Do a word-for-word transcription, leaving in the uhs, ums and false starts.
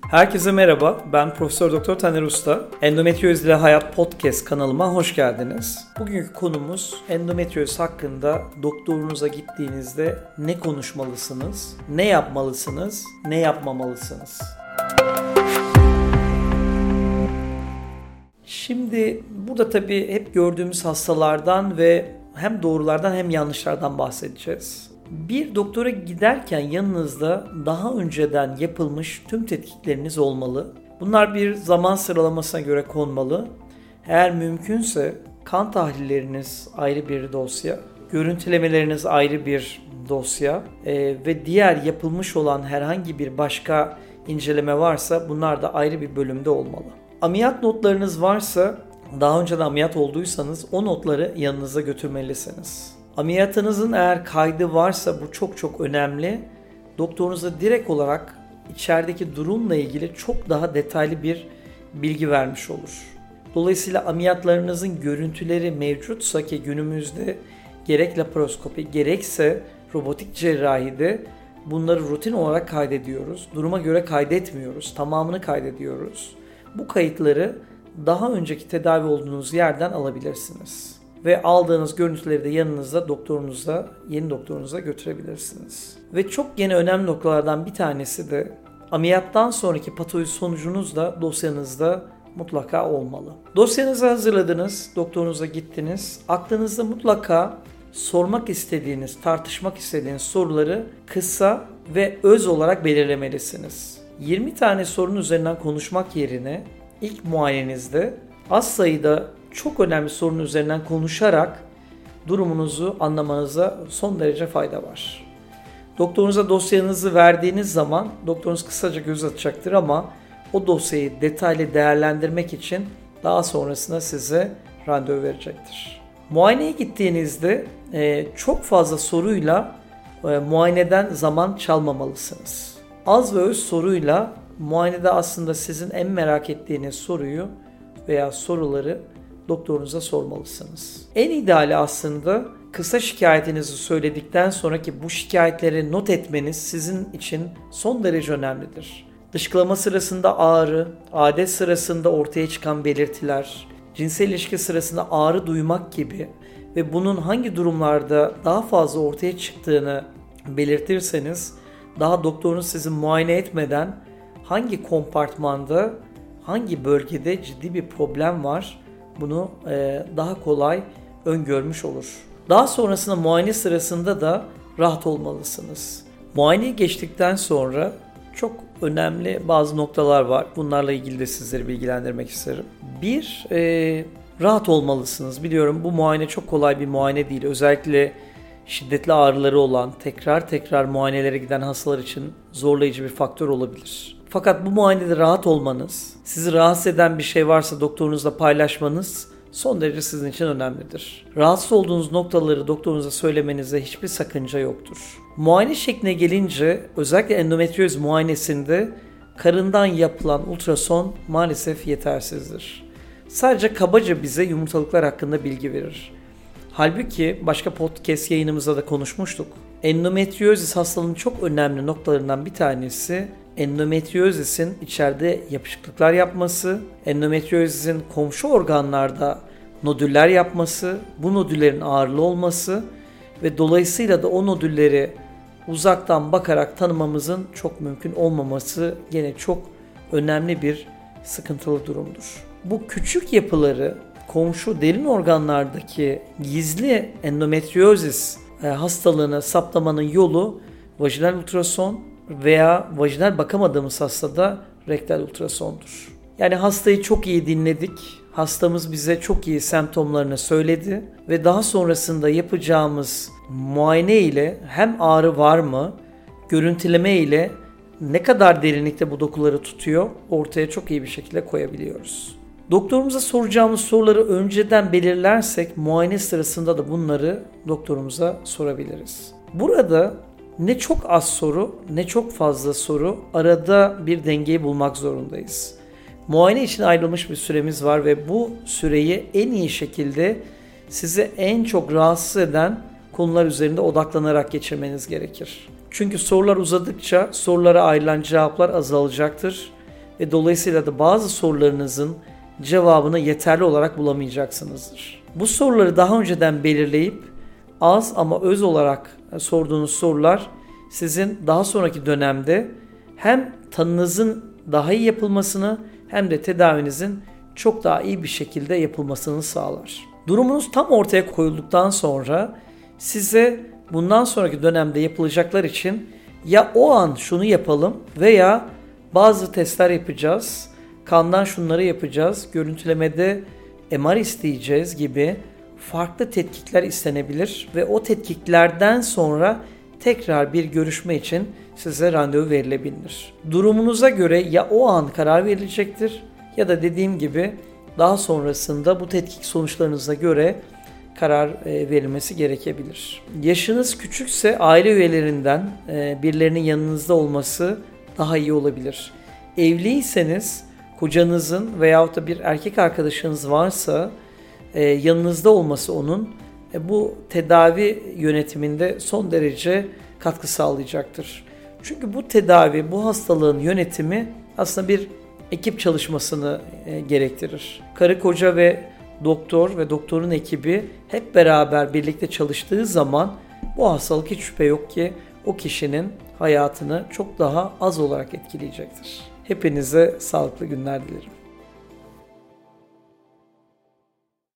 Herkese merhaba, ben Profesör Doktor Taner Usta. Endometrioz ile Hayat Podcast kanalıma hoş geldiniz. Bugünkü konumuz endometrioz hakkında doktorunuza gittiğinizde ne konuşmalısınız, ne yapmalısınız, ne yapmamalısınız? Şimdi burada tabii hep gördüğümüz hastalardan ve hem doğrulardan hem yanlışlardan bahsedeceğiz. Bir doktora giderken yanınızda daha önceden yapılmış tüm tetkikleriniz olmalı. Bunlar bir zaman sıralamasına göre konmalı. Eğer mümkünse kan tahlilleriniz ayrı bir dosya, görüntülemeleriniz ayrı bir dosya e, ve diğer yapılmış olan herhangi bir başka inceleme varsa bunlar da ayrı bir bölümde olmalı. Ameliyat notlarınız varsa, daha önceden ameliyat olduysanız o notları yanınıza götürmelisiniz. Ameliyatınızın eğer kaydı varsa bu çok çok önemli. Doktorunuza direkt olarak içerideki durumla ilgili çok daha detaylı bir bilgi vermiş olur. Dolayısıyla ameliyatlarınızın görüntüleri mevcutsa ki günümüzde gerek laparoskopi gerekse robotik cerrahide bunları rutin olarak kaydediyoruz. Duruma göre kaydetmiyoruz, tamamını kaydediyoruz. Bu kayıtları daha önceki tedavi olduğunuz yerden alabilirsiniz. Ve aldığınız görüntüleri de yanınızda doktorunuza, yeni doktorunuza götürebilirsiniz. Ve çok gene önemli noktalardan bir tanesi de ameliyattan sonraki patoloji sonucunuz da dosyanızda mutlaka olmalı. Dosyanızı hazırladınız, doktorunuza gittiniz. Aklınızda mutlaka sormak istediğiniz, tartışmak istediğiniz soruları kısa ve öz olarak belirlemelisiniz. yirmi tane sorunun üzerinden konuşmak yerine ilk muayenenizde az sayıda çok önemli sorun üzerinden konuşarak durumunuzu anlamanıza son derece fayda var. Doktorunuza dosyanızı verdiğiniz zaman doktorunuz kısaca göz atacaktır ama o dosyayı detaylı değerlendirmek için daha sonrasında size randevu verecektir. Muayeneye gittiğinizde e, çok fazla soruyla e, muayeneden zaman çalmamalısınız. Az ve öz soruyla muayenede aslında sizin en merak ettiğiniz soruyu veya soruları doktorunuza sormalısınız. En ideali aslında kısa şikayetinizi söyledikten sonraki bu şikayetleri not etmeniz sizin için son derece önemlidir. Dışkılama sırasında ağrı, adet sırasında ortaya çıkan belirtiler, cinsel ilişki sırasında ağrı duymak gibi ve bunun hangi durumlarda daha fazla ortaya çıktığını belirtirseniz daha doktorunuz sizi muayene etmeden hangi kompartmanda, hangi bölgede ciddi bir problem var bunu e, daha kolay öngörmüş olur. Daha sonrasında muayene sırasında da rahat olmalısınız. Muayeneyi geçtikten sonra çok önemli bazı noktalar var. Bunlarla ilgili de sizleri bilgilendirmek isterim. Bir, e, rahat olmalısınız. Biliyorum bu muayene çok kolay bir muayene değil. Özellikle şiddetli ağrıları olan, tekrar tekrar muayenelere giden hastalar için zorlayıcı bir faktör olabilir. Fakat bu muayenede rahat olmanız, sizi rahatsız eden bir şey varsa doktorunuzla paylaşmanız son derece sizin için önemlidir. Rahatsız olduğunuz noktaları doktorunuza söylemenize hiçbir sakınca yoktur. Muayene şekline gelince özellikle endometrioz muayenesinde karından yapılan ultrason maalesef yetersizdir. Sadece kabaca bize yumurtalıklar hakkında bilgi verir. Halbuki başka podcast yayınımızda da konuşmuştuk. Endometriozis hastalığının çok önemli noktalarından bir tanesi endometriozisin içeride yapışıklıklar yapması, endometriozisin komşu organlarda nodüller yapması, bu nodüllerin ağırlı olması ve dolayısıyla da o nodülleri uzaktan bakarak tanımamızın çok mümkün olmaması gene çok önemli bir sıkıntılı durumdur. Bu küçük yapıları komşu derin organlardaki gizli endometriozis hastalığını saptamanın yolu vajinal ultrason veya vajinal bakamadığımız hastada rektal ultrasondur. Yani hastayı çok iyi dinledik. Hastamız bize çok iyi semptomlarını söyledi ve daha sonrasında yapacağımız muayene ile hem ağrı var mı, görüntüleme ile ne kadar derinlikte bu dokuları tutuyor ortaya çok iyi bir şekilde koyabiliyoruz. Doktorumuza soracağımız soruları önceden belirlersek muayene sırasında da bunları doktorumuza sorabiliriz. Burada ne çok az soru ne çok fazla soru, arada bir dengeyi bulmak zorundayız. Muayene için ayrılmış bir süremiz var ve bu süreyi en iyi şekilde sizi en çok rahatsız eden konular üzerinde odaklanarak geçirmeniz gerekir. Çünkü sorular uzadıkça sorulara ayrılan cevaplar azalacaktır ve dolayısıyla da bazı sorularınızın cevabını yeterli olarak bulamayacaksınızdır. Bu soruları daha önceden belirleyip az ama öz olarak sorduğunuz sorular sizin daha sonraki dönemde hem tanınızın daha iyi yapılmasını hem de tedavinizin çok daha iyi bir şekilde yapılmasını sağlar. Durumunuz tam ortaya koyulduktan sonra size bundan sonraki dönemde yapılacaklar için ya o an şunu yapalım veya bazı testler yapacağız, kandan şunları yapacağız, görüntülemede M R isteyeceğiz gibi farklı tetkikler istenebilir ve o tetkiklerden sonra tekrar bir görüşme için size randevu verilebilir. Durumunuza göre ya o an karar verilecektir ya da dediğim gibi daha sonrasında bu tetkik sonuçlarınıza göre karar verilmesi gerekebilir. Yaşınız küçükse aile üyelerinden birilerinin yanınızda olması daha iyi olabilir. Evliyseniz kocanızın veyahut da bir erkek arkadaşınız varsa yanınızda olması onun bu tedavi yönetiminde son derece katkı sağlayacaktır. Çünkü bu tedavi, bu hastalığın yönetimi aslında bir ekip çalışmasını gerektirir. Karı koca ve doktor ve doktorun ekibi hep beraber birlikte çalıştığı zaman bu hastalık hiç şüphe yok ki o kişinin hayatını çok daha az olarak etkileyecektir. Hepinize sağlıklı günler dilerim.